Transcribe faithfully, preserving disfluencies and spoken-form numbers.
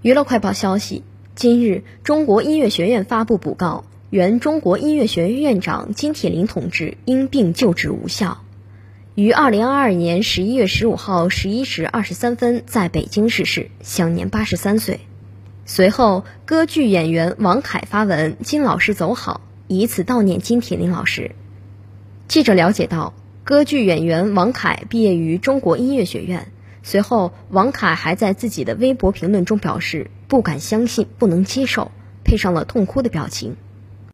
娱乐快报消息，今日中国音乐学院发布补告，原中国音乐学院院长金铁霖同志因病就职无效，于二零二二年十一月十五号十一时二十三分在北京逝世，享年八十三岁。随后，歌剧演员王凯发文：“金老师走好，以此悼念金铁霖老师。”记者了解到，歌剧演员王凯毕业于中国音乐学院。随后，王凯还在自己的微博评论中表示不敢相信、不能接受，配上了痛哭的表情。